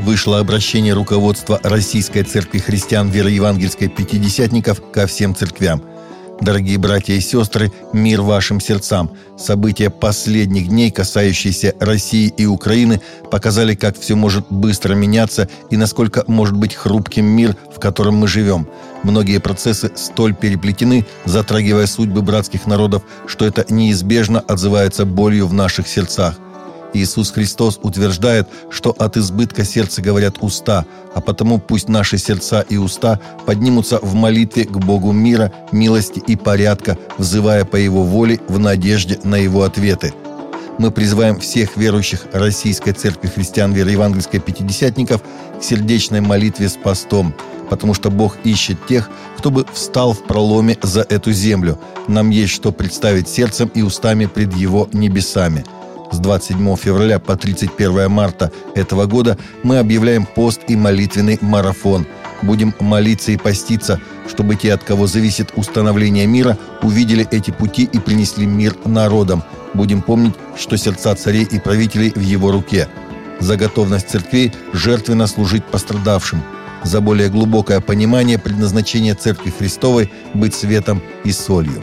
вышло обращение руководства Российской Церкви Христиан Вероевангельской Пятидесятников ко всем церквям. Дорогие братья и сестры, мир вашим сердцам. События последних дней, касающиеся России и Украины, показали, как все может быстро меняться и насколько может быть хрупким мир, в котором мы живем. Многие процессы столь переплетены, затрагивая судьбы братских народов, что это неизбежно отзывается болью в наших сердцах. Иисус Христос утверждает, что от избытка сердца говорят уста, а потому пусть наши сердца и уста поднимутся в молитве к Богу мира, милости и порядка, взывая по Его воле в надежде на Его ответы. Мы призываем всех верующих Российской Церкви Христиан Вероевангельской Пятидесятников к сердечной молитве с постом, потому что Бог ищет тех, кто бы встал в проломе за эту землю. Нам есть что представить сердцем и устами пред Его небесами. С 27 февраля по 31 марта этого года мы объявляем пост и молитвенный марафон. Будем молиться и поститься, чтобы те, от кого зависит установление мира, увидели эти пути и принесли мир народам. Будем помнить, что сердца царей и правителей в Его руке. За готовность церквей жертвенно служить пострадавшим. За более глубокое понимание предназначения Церкви Христовой быть светом и солью.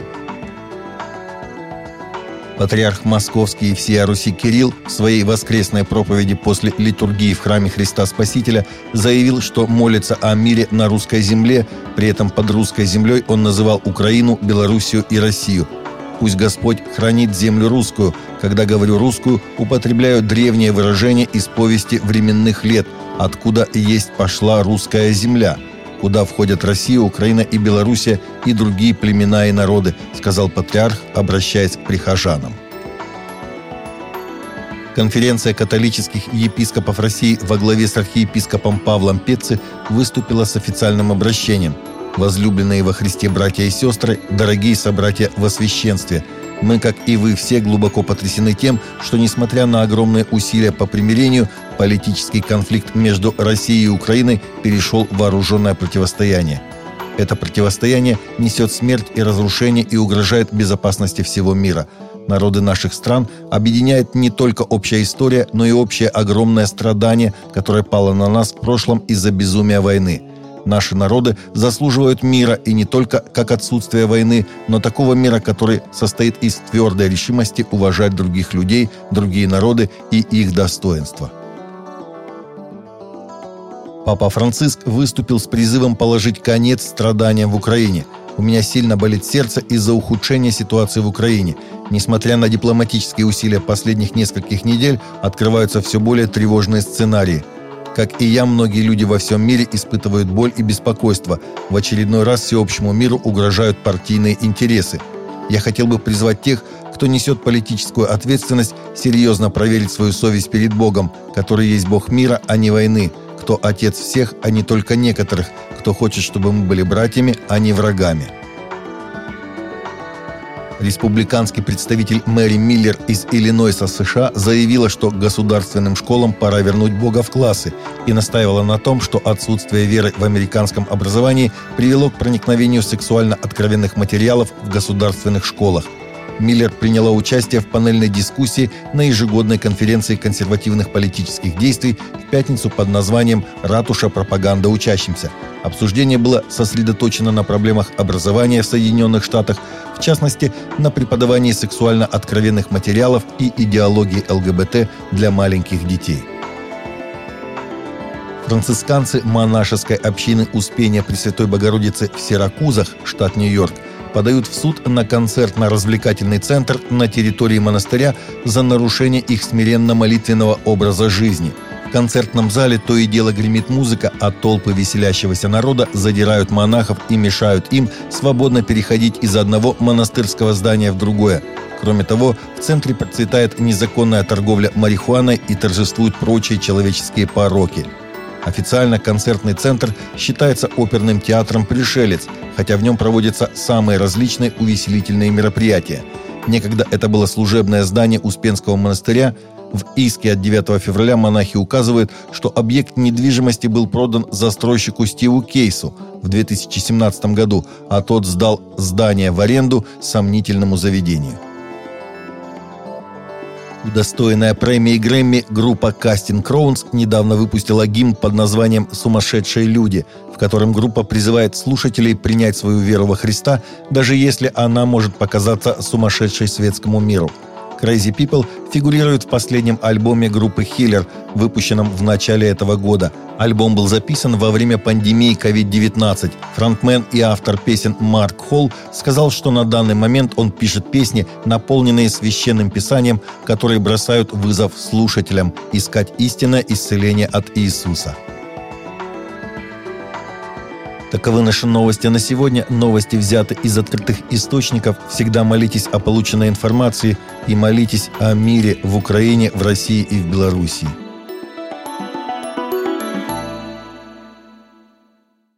Патриарх Московский и всея Руси Кирилл в своей воскресной проповеди после литургии в храме Христа Спасителя заявил, что молится о мире на русской земле, при этом под русской землей он называл Украину, Белоруссию и Россию. «Пусть Господь хранит землю русскую». Когда говорю «русскую», употребляю древнее выражение из повести временных лет «Откуда есть пошла русская земля», куда входят Россия, Украина и Белоруссия и другие племена и народы, сказал патриарх, обращаясь к прихожанам. Конференция католических епископов России во главе с архиепископом Павлом Пецци выступила с официальным обращением. «Возлюбленные во Христе братья и сестры, дорогие собратья во священстве, мы, как и вы, все глубоко потрясены тем, что, несмотря на огромные усилия по примирению, политический конфликт между Россией и Украиной перешел в вооруженное противостояние. Это противостояние несет смерть и разрушение и угрожает безопасности всего мира. Народы наших стран объединяет не только общая история, но и общее огромное страдание, которое пало на нас в прошлом из-за безумия войны. Наши народы заслуживают мира, и не только как отсутствие войны, но такого мира, который состоит из твердой решимости уважать других людей, другие народы и их достоинства». Папа Франциск выступил с призывом положить конец страданиям в Украине. «У меня сильно болит сердце из-за ухудшения ситуации в Украине. Несмотря на дипломатические усилия последних нескольких недель, открываются все более тревожные сценарии. Как и я, многие люди во всем мире испытывают боль и беспокойство. В очередной раз всеобщему миру угрожают партийные интересы. Я хотел бы призвать тех, кто несет политическую ответственность, серьезно проверить свою совесть перед Богом, который есть Бог мира, а не войны, кто Отец всех, а не только некоторых, кто хочет, чтобы мы были братьями, а не врагами». Республиканский представитель Мэри Миллер из Иллинойса, США, заявила, что государственным школам пора вернуть Бога в классы, и настаивала на том, что отсутствие веры в американском образовании привело к проникновению сексуально откровенных материалов в государственных школах. Миллер приняла участие в панельной дискуссии на ежегодной конференции консервативных политических действий в пятницу под названием «Ратуша. Пропаганда учащимся». Обсуждение было сосредоточено на проблемах образования в Соединенных Штатах, в частности, на преподавании сексуально откровенных материалов и идеологии ЛГБТ для маленьких детей. Францисканцы монашеской общины Успения Пресвятой Богородицы в Сиракузах, штат Нью-Йорк, подают в суд на концертно-развлекательный центр на территории монастыря за нарушение их смиренно-молитвенного образа жизни. В концертном зале то и дело гремит музыка, а толпы веселящегося народа задирают монахов и мешают им свободно переходить из одного монастырского здания в другое. Кроме того, в центре процветает незаконная торговля марихуаной и торжествуют прочие человеческие пороки. Официально концертный центр считается оперным театром «Пришелец», хотя в нем проводятся самые различные увеселительные мероприятия. Некогда это было служебное здание Успенского монастыря. В иске от 9 февраля монахи указывают, что объект недвижимости был продан застройщику Стиву Кейсу в 2017 году, а тот сдал здание в аренду сомнительному заведению. Удостоенная премии Грэмми, группа Casting Crowns недавно выпустила гимн под названием «Сумасшедшие люди», в котором группа призывает слушателей принять свою веру во Христа, даже если она может показаться сумасшедшей светскому миру. Crazy People фигурирует в последнем альбоме группы Healer, выпущенном в начале этого года. Альбом был записан во время пандемии COVID-19. Фронтмен и автор песен Марк Холл сказал, что на данный момент он пишет песни, наполненные священным писанием, которые бросают вызов слушателям искать истинное исцеление от Иисуса. Таковы наши новости на сегодня. Новости взяты из открытых источников. Всегда молитесь о полученной информации и молитесь о мире в Украине, в России и в Белоруссии.